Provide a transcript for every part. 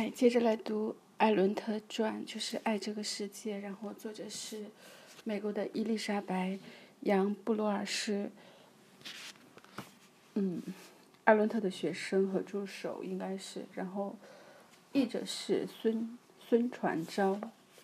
接着来读艾伦特传，就是《爱这个世界》，然后作者是美国的伊丽莎白·杨布罗尔，是艾伦特的学生和助手应该是，然后译者是孙传昭。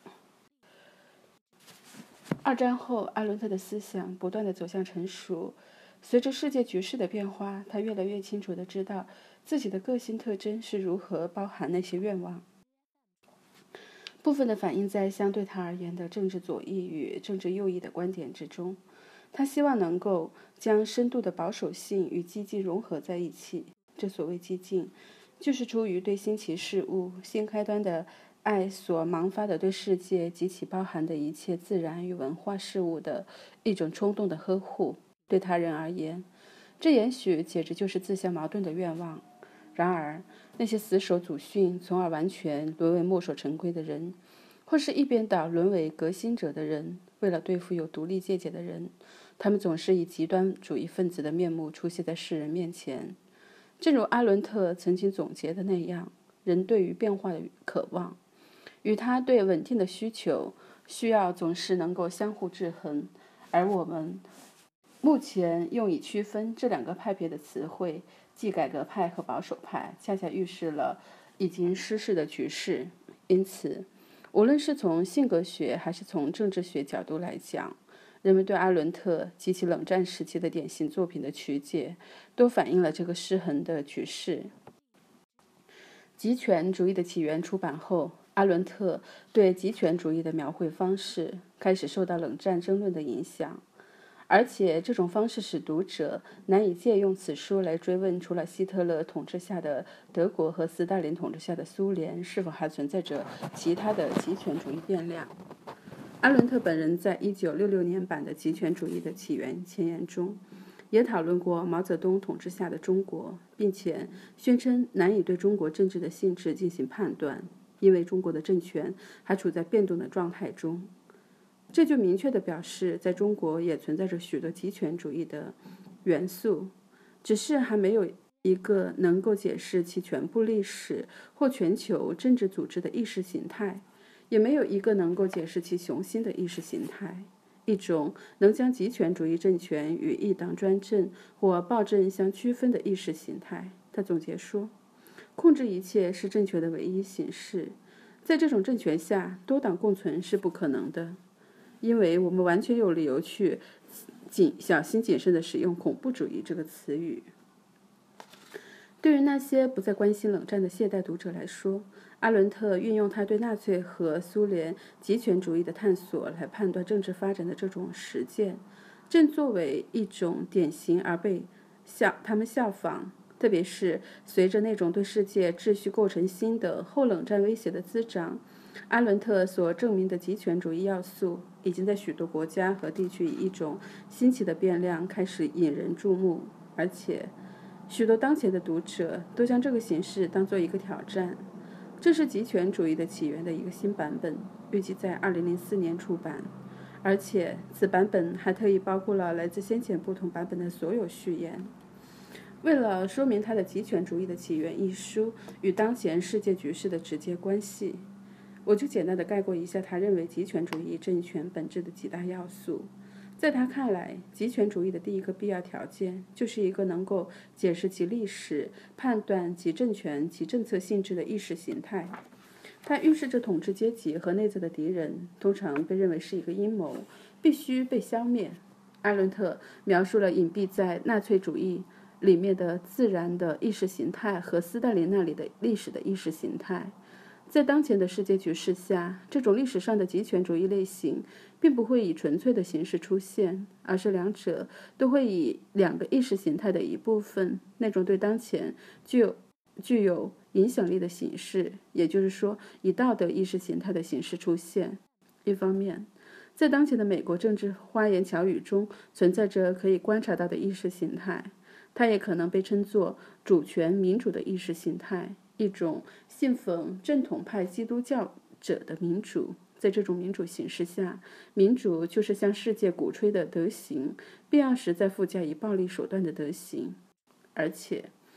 二战后，艾伦特的思想不断地走向成熟。随着世界局势的变化，他越来越清楚地知道自己的个性特征是如何包含那些愿望，部分的反映在相对他而言的政治左翼与政治右翼的观点之中。他希望能够将深度的保守性与激进融合在一起。这所谓激进，就是出于对新奇事物、新开端的爱所萌发的对世界及其包含的一切自然与文化事物的一种冲动的呵护。对他人而言，这也许简直就是自相矛盾的愿望。然而，那些死守祖训，从而完全沦为墨守成规的人，或是一边倒沦为革新者的人，为了对付有独立见解的人，他们总是以极端主义分子的面目出现在世人面前。正如阿伦特曾经总结的那样，人对于变化的渴望与他对稳定的需要总是能够相互制衡，而我们目前用以区分这两个派别的词汇，即改革派和保守派，恰恰预示了已经失势的局势。因此，无论是从性格学还是从政治学角度来讲，人们对阿伦特及其冷战时期的典型作品的曲解，都反映了这个失衡的局势。极权主义的起源出版后，阿伦特对极权主义的描绘方式开始受到冷战争论的影响，而且这种方式使读者难以借用此书来追问，除了希特勒统治下的德国和斯大林统治下的苏联，是否还存在着其他的极权主义变量。阿伦特本人在1966年版的《极权主义的起源》前言中，也讨论过毛泽东统治下的中国，并且宣称难以对中国政治的性质进行判断，因为中国的政权还处在变动的状态中。这就明确地表示，在中国也存在着许多极权主义的元素，只是还没有一个能够解释其全部历史或全球政治组织的意识形态，也没有一个能够解释其雄心的意识形态，一种能将极权主义政权与一党专政或暴政相区分的意识形态。他总结说，控制一切是政权的唯一形式，在这种政权下，多党共存是不可能的，因为我们完全有理由去小心谨慎地使用恐怖主义这个词语。对于那些不再关心冷战的懈怠读者来说，阿伦特运用他对纳粹和苏联极权主义的探索来判断政治发展的这种实践，正作为一种典型而被他们效仿。特别是随着那种对世界秩序构成新的后冷战威胁的滋长，阿伦特所证明的极权主义要素已经在许多国家和地区以一种新奇的变量开始引人注目，而且许多当前的读者都将这个形式当作一个挑战。这是极权主义的起源的一个新版本，预计在2004年出版，而且此版本还特意包括了来自先前不同版本的所有序言。为了说明他的《极权主义的起源》一书与当前世界局势的直接关系，我就简单地概括一下他认为极权主义政权本质的几大要素。在他看来，极权主义的第一个必要条件就是一个能够解释其历史、判断其政权、其政策性质的意识形态。它预示着统治阶级和内在的敌人，通常被认为是一个阴谋，必须被消灭。阿伦特描述了隐蔽在纳粹主义里面的自然的意识形态和斯大林那里的历史的意识形态。在当前的世界局势下，这种历史上的极权主义类型并不会以纯粹的形式出现，而是两者都会以两个意识形态的一部分，那种对当前具有影响力的形式，也就是说以道德意识形态的形式出现。一方面，在当前的美国政治花言巧语中存在着可以观察到的意识形态，它也可能被称作主权民主的意识形态，一种信奉正统派基督教者的民主。在这种民主形式下，民主就是向世界鼓吹的德行，必要时再附加以暴力手段的德行。而且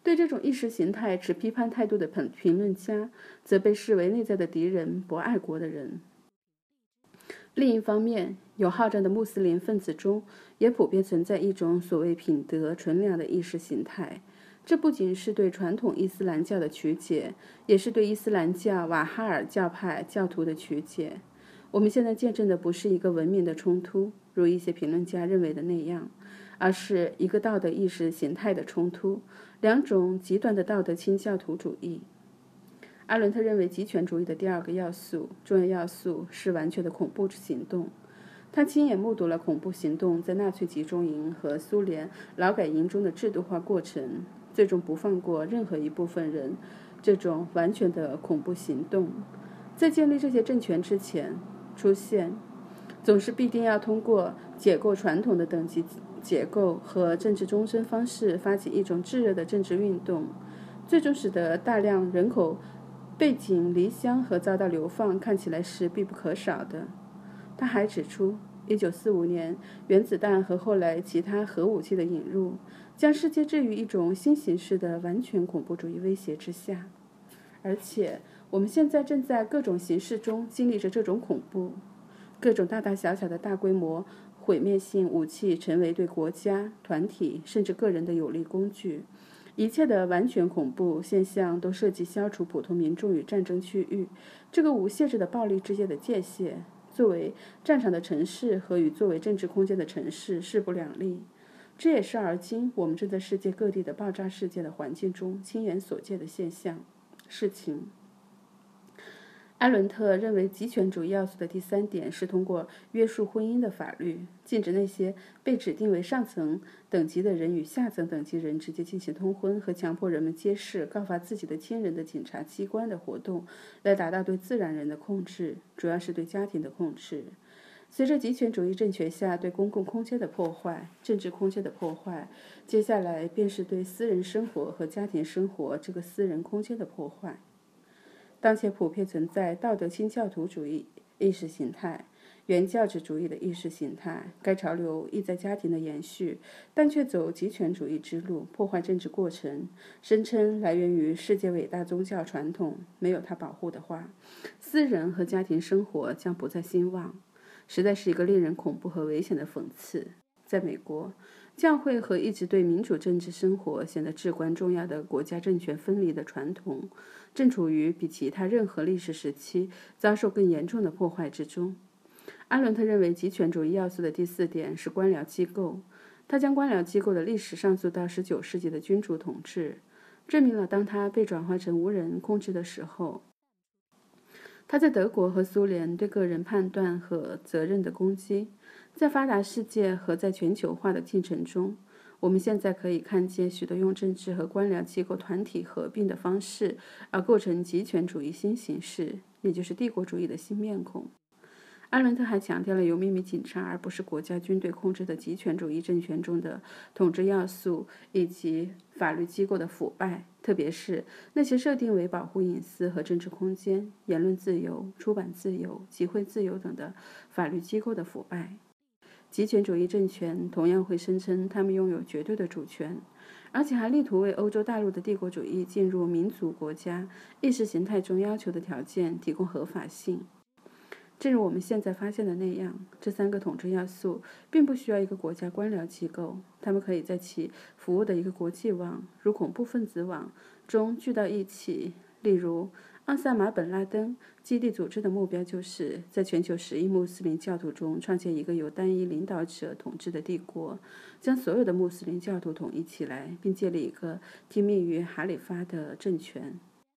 对这种意识形态持批判态度的评论家，则被视为内在的敌人、不爱国的人。另一方面，有好战的穆斯林分子中也普遍存在一种所谓品德纯良的意识形态，这不仅是对传统伊斯兰教的曲解，也是对伊斯兰教瓦哈尔教派教徒的曲解。我们现在见证的不是一个文明的冲突，如一些评论家认为的那样，而是一个道德意识形态的冲突，两种极端的道德清教徒主义。阿伦特认为，极权主义的第二个重要要素是完全的恐怖行动。他亲眼目睹了恐怖行动在纳粹集中营和苏联劳改营中的制度化过程，最终不放过任何一部分人。这种完全的恐怖行动，在建立这些政权之前出现，总是必定要通过解构传统的等级结构和政治终身方式，发起一种炙热的政治运动，最终使得大量人口背井离乡和遭到流放看起来是必不可少的。他还指出，1945年原子弹和后来其他核武器的引入，将世界置于一种新形式的完全恐怖主义威胁之下，而且我们现在正在各种形式中经历着这种恐怖。各种大大小小的大规模毁灭性武器成为对国家、团体甚至个人的有力工具。一切的完全恐怖现象都涉及消除普通民众与战争区域这个无限制的暴力之间的界限。作为战场的城市和与作为政治空间的城市势不两立，这也是而今我们正在世界各地的爆炸事件的环境中亲眼所见的事情。阿伦特认为，极权主义要素的第三点是通过约束婚姻的法律，禁止那些被指定为上层等级的人与下层等级人直接进行通婚，和强迫人们揭示告发自己的亲人的检察机关的活动，来达到对自然人的控制，主要是对家庭的控制。随着极权主义政权下对公共空间的破坏、政治空间的破坏，接下来便是对私人生活和家庭生活这个私人空间的破坏。当前普遍存在道德清教徒主义意识形态、原教旨主义的意识形态，该潮流意在家庭的延续，但却走极权主义之路，破坏政治过程，声称来源于世界伟大宗教传统，没有它保护的话，私人和家庭生活将不再兴旺，实在是一个令人恐怖和危险的讽刺。在美国，教会和一直对民主政治生活显得至关重要的国家政权分离的传统，正处于比其他任何历史时期遭受更严重的破坏之中。阿伦特认为，极权主义要素的第四点是官僚机构。他将官僚机构的历史上溯到19世纪的君主统治，证明了当它被转换成无人控制的时候，他在德国和苏联对个人判断和责任的攻击。在发达世界和在全球化的进程中，我们现在可以看见许多用政治和官僚机构团体合并的方式，而构成极权主义新形式，也就是帝国主义的新面孔。阿伦特还强调了由秘密警察而不是国家军队控制的极权主义政权中的统治要素以及法律机构的腐败，特别是那些设定为保护隐私和政治空间、言论自由、出版自由、集会自由等的法律机构的腐败。极权主义政权同样会声称他们拥有绝对的主权，而且还力图为欧洲大陆的帝国主义进入民族国家意识形态中要求的条件提供合法性。正如我们现在发现的那样，这三个统治要素并不需要一个国家官僚机构，他们可以在其服务的一个国际网，如恐怖分子网中聚到一起。例如，奥萨马·本·拉登基地组织的目标就是在全球10亿穆斯林教徒中创建一个由单一领导者统治的帝国，将所有的穆斯林教徒统一起来，并建立一个听命于哈里发的政权。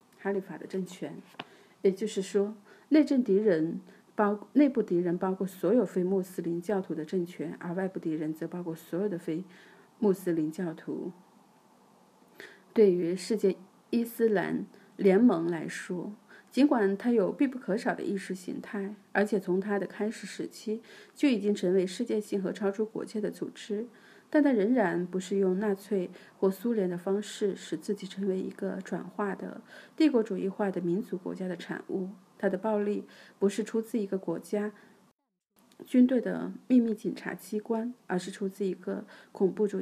也就是说，内部敌人包括所有非穆斯林教徒的政权，而外部敌人则包括所有的非穆斯林教徒。对于世界伊斯兰联盟来说，尽管它有必不可少的意识形态，而且从它的开始时期就已经成为世界性和超出国界的组织，但它仍然不是用纳粹或苏联的方式使自己成为一个转化的帝国主义化的民族国家的产物。它的暴力不是出自一个国家军队的秘密警察机关，而是出自一个恐怖主义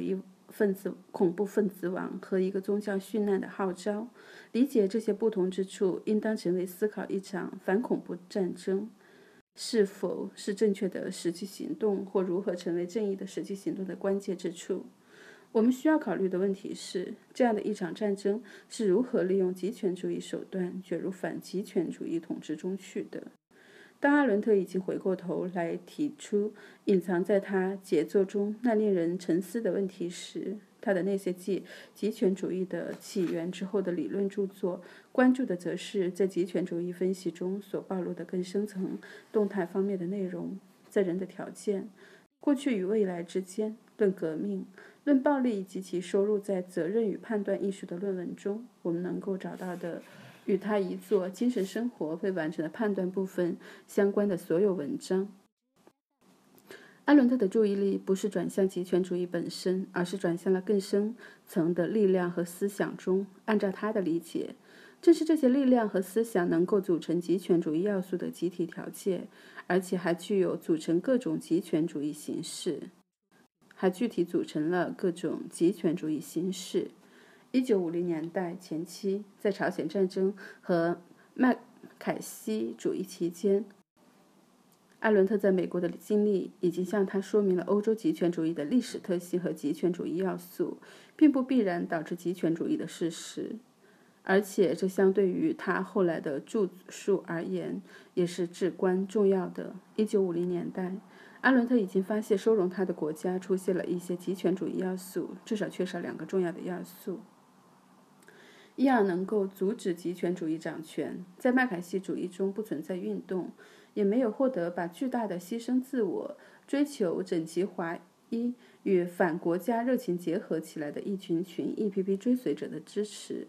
恐怖分子网和一个宗教殉难的号召。理解这些不同之处，应当成为思考一场反恐怖战争是否是正确的实际行动，或如何成为正义的实际行动的关键之处。我们需要考虑的问题是，这样的一场战争是如何利用极权主义手段卷入反极权主义统治中去的。当阿伦特已经回过头来提出隐藏在他杰作中那令人沉思的问题时，他的那些继极权主义的起源之后的理论著作，关注的则是在极权主义分析中所暴露的更深层动态方面的内容，在人的条件、过去与未来之间、论革命、论暴力以及其收入在责任与判断艺术的论文中，我们能够找到的与他一作精神生活未完成的判断部分相关的所有文章。阿伦特的注意力不是转向极权主义本身，而是转向了更深层的力量和思想中。按照他的理解，正是这些力量和思想能够组成极权主义要素的集体条件，而且还具有组成各种极权主义形式，还具体组成了各种极权主义形式。1950年代前期，在朝鲜战争和麦凯锡主义期间，阿伦特在美国的经历已经向他说明了欧洲极权主义的历史特性和极权主义要素，并不必然导致极权主义的事实，而且这相对于他后来的著述而言也是至关重要的。1950年代，阿伦特已经发现收容他的国家出现了一些极权主义要素，至少缺少两个重要的要素。一而能够阻止极权主义掌权，在麦凯锡主义中不存在运动，也没有获得把巨大的牺牲自我、追求整齐划一与反国家热情结合起来的一批追随者的支持。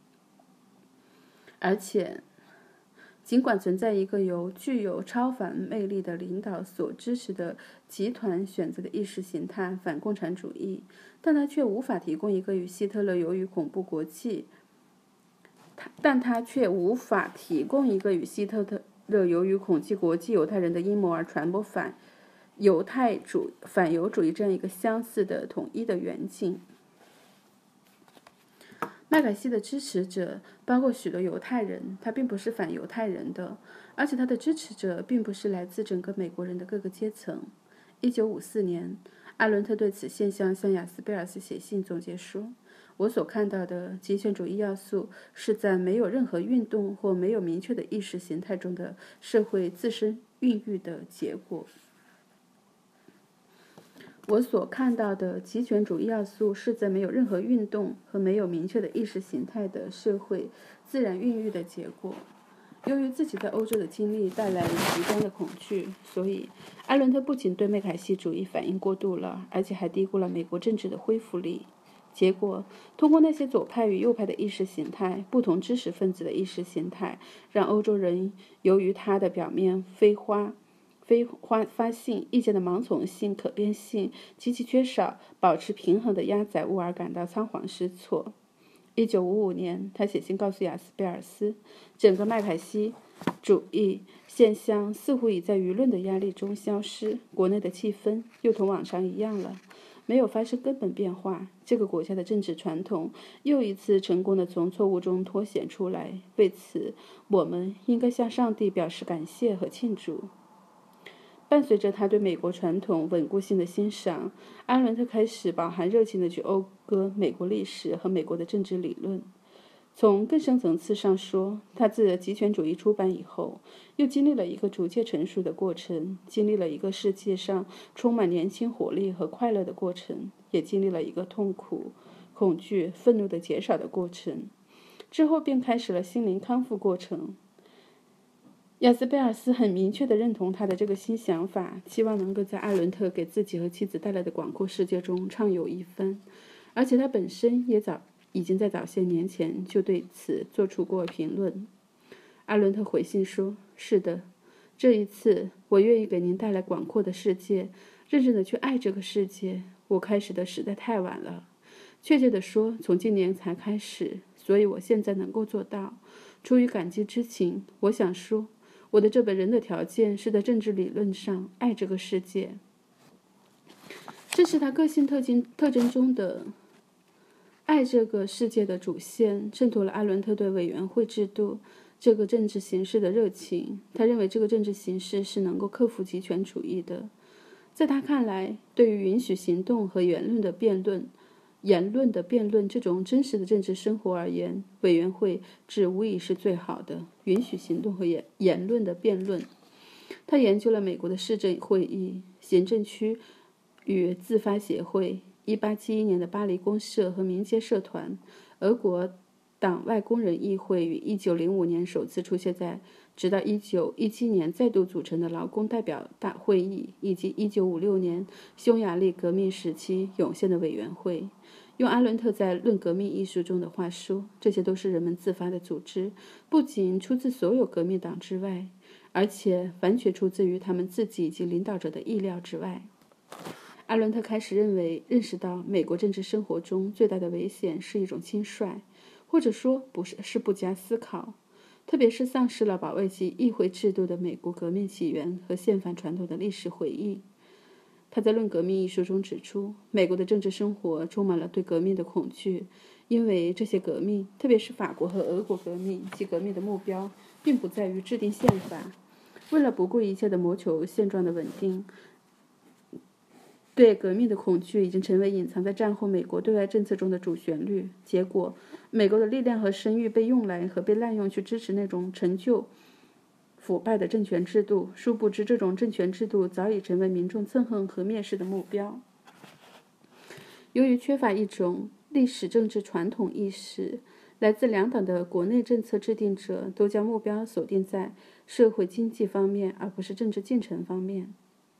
而且，尽管存在一个由具有超凡魅力的领导所支持的集团选择的意识形态反共产主义，但他却无法提供一个与希特勒由于恐怖国际由于恐惧国际犹太人的阴谋而传播反犹主义这样一个相似的统一的远景。麦凯锡的支持者包括许多犹太人，他并不是反犹太人的，而且他的支持者并不是来自整个美国人的各个阶层。1954年，阿伦特对此现象向雅斯贝尔斯写信总结说：“我所看到的极权主义要素是在没有任何运动或没有明确的意识形态中的社会自身孕育的结果。”我所看到的极权主义要素是在没有任何运动和没有明确的意识形态的社会自然孕育的结果。由于自己在欧洲的经历带来极端的恐惧，所以阿伦特不仅对麦凯锡主义反应过度了，而且还低估了美国政治的恢复力。结果，通过那些左派与右派的意识形态、不同知识分子的意识形态，让欧洲人由于他的表面发性、意见的盲从性、可变性及其缺少保持平衡的压载物而感到仓皇失措。1955年，他写信告诉雅斯贝尔斯，整个麦凯锡主义现象似乎已在舆论的压力中消失，国内的气氛又同往常一样了，没有发生根本变化。这个国家的政治传统又一次成功地从错误中脱显出来，为此我们应该向上帝表示感谢和庆祝。伴随着他对美国传统稳固性的欣赏，阿伦特开始饱含热情地去讴歌美国历史和美国的政治理论。从更深层次上说，他自极权主义出版以后，又经历了一个逐渐成熟的过程，经历了一个世界上充满年轻活力和快乐的过程，也经历了一个痛苦、恐惧、愤怒的减少的过程，之后便开始了心灵康复过程。雅斯贝尔斯很明确地认同他的这个新想法，期望能够在阿伦特给自己和妻子带来的广阔世界中畅游一番，而且他本身已经在早些年前就对此做出过评论。阿伦特回信说：“是的，这一次我愿意给您带来广阔的世界，认真地去爱这个世界。我开始的实在太晚了，确切地说，从今年才开始，所以我现在能够做到。出于感激之情，我想说，我的这本人的条件是在政治理论上爱这个世界。 这是他个性特征中的爱这个世界的主线，衬托了阿伦特对委员会制度这个政治形式的热情。他认为这个政治形式是能够克服极权主义的。在他看来，对于允许行动和言论的辩论这种真实的政治生活而言，委员会制无疑是最好的。允许行动和言论的辩论。他研究了美国的市政会议、行政区与自发协会、1871年的巴黎公社和民间社团、俄国党外工人议会与1905年首次出现在直到1917年再度组成的劳工代表大会议，以及1956年匈牙利革命时期涌现的委员会。用阿伦特在《论革命》一书中的话说，这些都是人们自发的组织，不仅出自所有革命党之外，而且完全出自于他们自己以及领导者的意料之外。阿伦特开始认识到美国政治生活中最大的危险是一种轻率，或者说是不加思考，特别是丧失了保卫其议会制度的美国革命起源和宪法传统的历史回忆。他在《论革命》一书中指出，美国的政治生活充满了对革命的恐惧，因为这些革命，特别是法国和俄国革命及革命的目标，并不在于制定宪法。为了不顾一切地谋求现状的稳定，对革命的恐惧已经成为隐藏在战后美国对外政策中的主旋律。结果，美国的力量和声誉被用来和被滥用去支持那种陈旧腐败的政权制度，殊不知这种政权制度早已成为民众憎恨和蔑视的目标。由于缺乏一种历史政治传统意识，来自两党的国内政策制定者都将目标锁定在社会经济方面，而不是政治进程方面，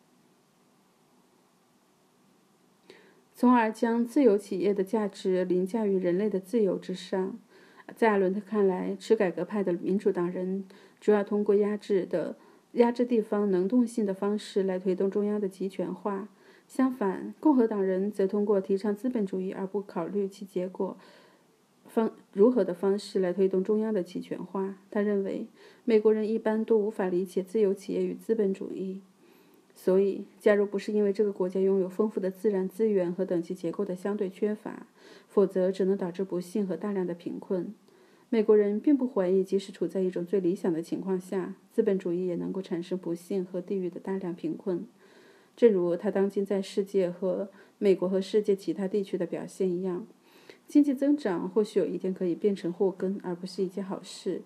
从而将自由企业的价值凌驾于人类的自由之上。在阿伦特看来，持改革派的民主党人主要通过压制地方能动性的方式来推动中央的集权化，相反，共和党人则通过提倡资本主义而不考虑其结果如何的方式来推动中央的集权化。他认为，美国人一般都无法理解自由企业与资本主义，所以，假如不是因为这个国家拥有丰富的自然资源和等级结构的相对缺乏，否则只能导致不幸和大量的贫困。美国人并不怀疑，即使处在一种最理想的情况下，资本主义也能够产生不幸和地域的大量贫困。正如他当今在美国和世界其他地区的表现一样，经济增长或许有一天可以变成祸根，而不是一件好事，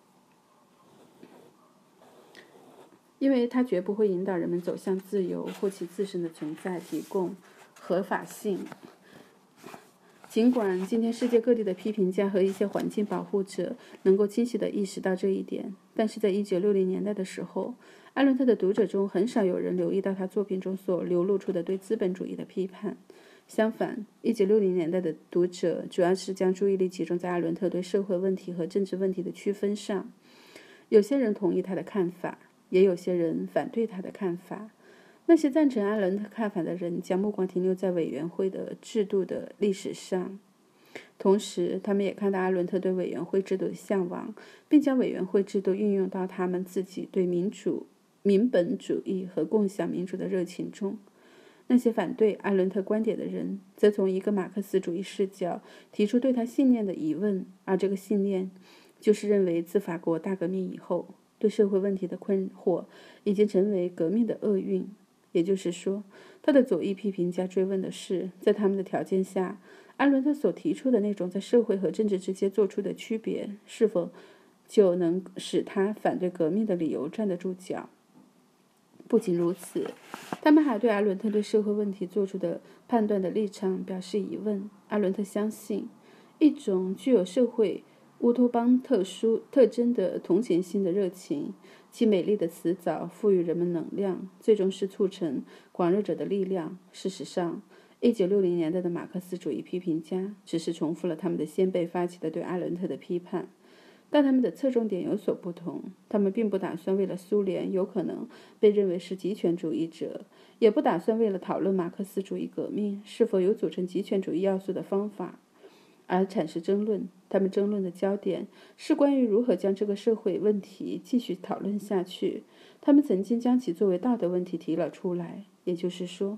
因为它绝不会引导人们走向自由或其自身的存在提供合法性。尽管今天世界各地的批评家和一些环境保护者能够清晰地意识到这一点，但是在1960年代的时候，阿伦特的读者中很少有人留意到他作品中所流露出的对资本主义的批判。相反，1960年代的读者主要是将注意力集中在阿伦特对社会问题和政治问题的区分上。有些人同意他的看法，也有些人反对他的看法。那些赞成阿伦特看法的人将目光停留在委员会的制度的历史上，同时他们也看到阿伦特对委员会制度的向往，并将委员会制度运用到他们自己对民本主义和共享民主的热情中。那些反对阿伦特观点的人则从一个马克思主义视角提出对他信念的疑问，而这个信念就是认为自法国大革命以后，对社会问题的困惑已经成为革命的厄运。也就是说，他的左翼批评家追问的是，在他们的条件下，阿伦特所提出的那种在社会和政治之间做出的区别，是否就能使他反对革命的理由站得住脚？不仅如此，他们还对阿伦特对社会问题做出的判断的立场表示疑问。阿伦特相信，一种具有社会乌托邦特征的同情心的热情，其美丽的辞藻赋予人们能量，最终是促成狂热者的力量。事实上，1960年代的马克思主义批评家只是重复了他们的先辈发起的对阿伦特的批判，但他们的侧重点有所不同。他们并不打算为了苏联有可能被认为是极权主义者，也不打算为了讨论马克思主义革命是否有组成极权主义要素的方法而产生争论。他们争论的焦点是关于如何将这个社会问题继续讨论下去。他们曾经将其作为道德问题提了出来，也就是说，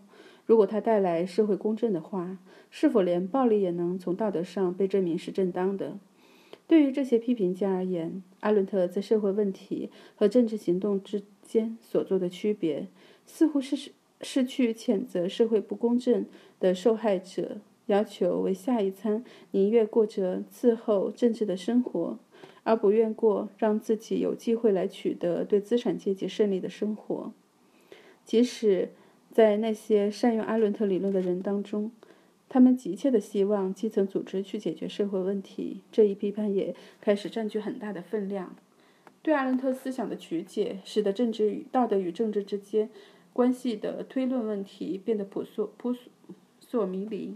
如果它带来社会公正的话，是否连暴力也能从道德上被证明是正当的？对于这些批评家而言，阿伦特在社会问题和政治行动之间所做的区别，似乎是去谴责社会不公正的受害者，要求为下一餐宁愿过着伺候政治的生活，而不愿过让自己有机会来取得对资产阶级胜利的生活。即使在那些善用阿伦特理论的人当中，他们急切地希望基层组织去解决社会问题，这一批判也开始占据很大的分量。对阿伦特思想的曲解，使得道德与政治之间关系的推论问题变得扑朔迷离。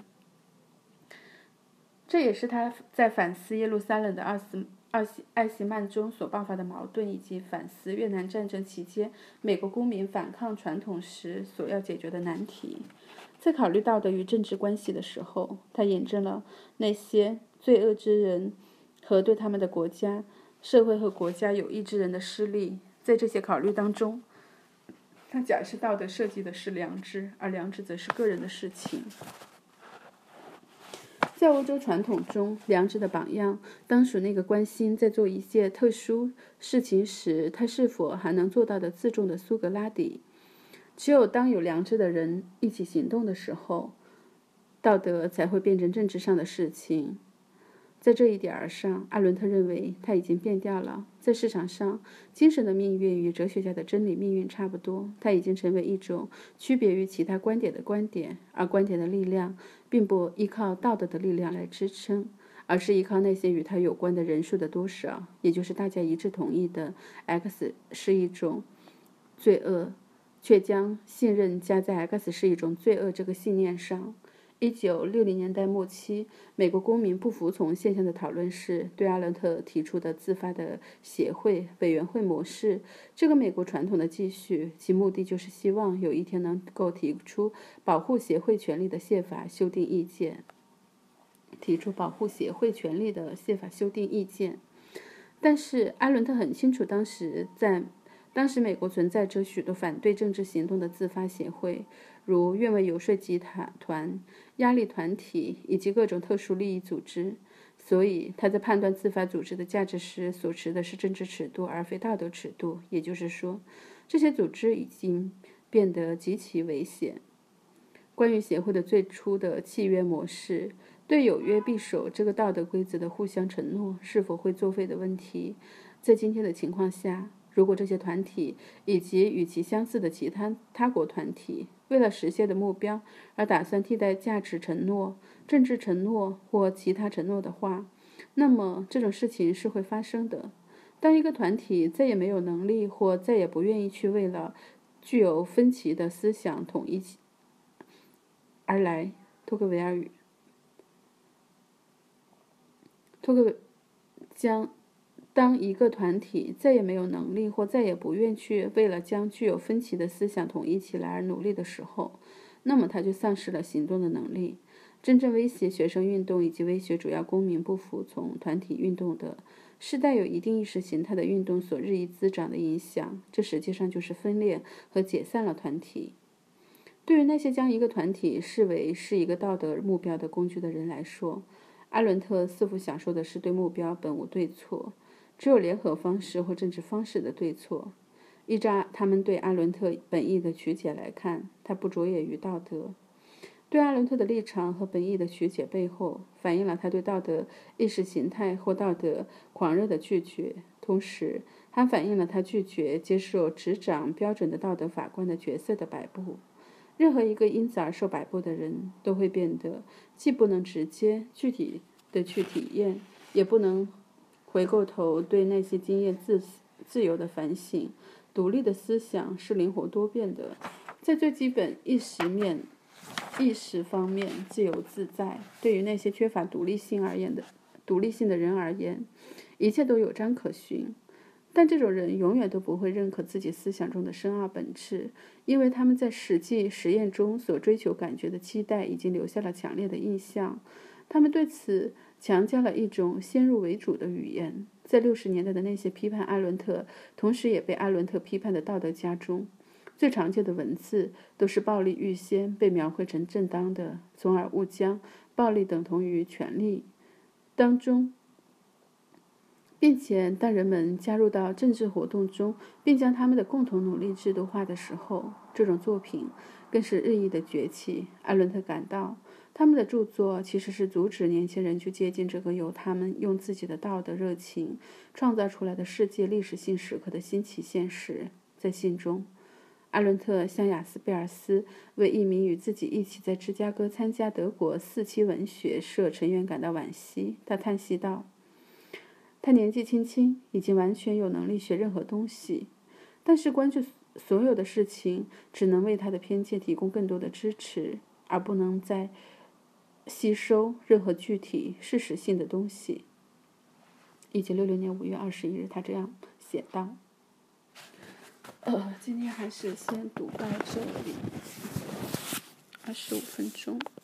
这也是他在反思耶路撒冷的艾希曼中所爆发的矛盾，以及反思越南战争期间美国公民反抗传统时所要解决的难题。在考虑道德与政治关系的时候，他引证了那些罪恶之人和对他们的国家、社会和国家有益之人的事例。在这些考虑当中，他假设道德设计的是良知，而良知则是个人的事情。在欧洲传统中，良知的榜样当属那个关心在做一些特殊事情时他是否还能做到的自重的苏格拉底。只有当有良知的人一起行动的时候，道德才会变成政治上的事情。在这一点上，阿伦特认为他已经变掉了。在市场上，精神的命运与哲学家的真理命运差不多，他已经成为一种区别于其他观点的观点，而观点的力量并不依靠道德的力量来支撑，而是依靠那些与他有关的人数的多少，也就是大家一致同意的 X 是一种罪恶，却将信任加在 X 是一种罪恶这个信念上。1960年代末期，美国公民不服从现象的讨论是对阿伦特提出的自发的协会委员会模式这个美国传统的继续，其目的就是希望有一天能够提出保护协会权利的宪法修订意见。但是阿伦特很清楚，当时美国存在着许多反对政治行动的自发协会，如愿为游说集团、压力团体以及各种特殊利益组织。所以他在判断自发组织的价值时所持的是政治尺度而非道德尺度，也就是说，这些组织已经变得极其危险。关于协会的最初的契约模式，对有约必守这个道德规则的互相承诺是否会作废的问题，在今天的情况下，如果这些团体以及与其相似的其他国团体为了实现的目标而打算替代价值承诺、政治承诺或其他承诺的话，那么这种事情是会发生的。当一个团体再也没有能力或再也不愿意去为了具有分歧的思想统一而来，托克维尔语当一个团体再也没有能力或再也不愿去为了将具有分歧的思想统一起来而努力的时候，那么他就丧失了行动的能力。真正威胁学生运动以及威胁主要公民不服从团体运动的是带有一定意识形态的运动所日益滋长的影响，这实际上就是分裂和解散了团体。对于那些将一个团体视为是一个道德目标的工具的人来说，阿伦特似乎想说的是对目标本无对错，只有联合方式或政治方式的对错。依照他们对阿伦特本意的曲解来看，他不着眼于道德。对阿伦特的立场和本意的曲解背后，反映了他对道德意识形态或道德狂热的拒绝，同时还反映了他拒绝接受执掌标准的道德法官的角色的摆布。任何一个因此而受摆布的人都会变得既不能直接具体的去体验，也不能回过头对那些经验自由的反省。独立的思想是灵活多变的，在最基本意识方面自由自在。对于那些缺乏独立性的人而言，一切都有章可循。但这种人永远都不会认可自己思想中的深奥本质，因为他们在实际实验中所追求感觉的期待已经留下了强烈的印象。他们对此强加了一种先入为主的语言。在60年代的那些批判阿伦特，同时也被阿伦特批判的道德家中， 最常见的文字都是暴力预先被描绘成正当的，从而误将暴力等同于权力当中，并且当人们加入到政治活动中，并将他们的共同努力制度化的时候，这种作品更是日益的崛起。艾伦特感到，他们的著作其实是阻止年轻人去接近这个由他们用自己的道德热情创造出来的世界历史性时刻的新奇现实。在信中，艾伦特向雅斯贝尔斯为一名与自己一起在芝加哥参加德国4期文学社成员感到惋惜。他叹息道，他年纪轻轻，已经完全有能力学任何东西，但是关注所有的事情只能为他的偏见提供更多的支持，而不能再吸收任何具体事实性的东西。1966年5月21日，他这样写道。今天还是先读到这里，25分钟。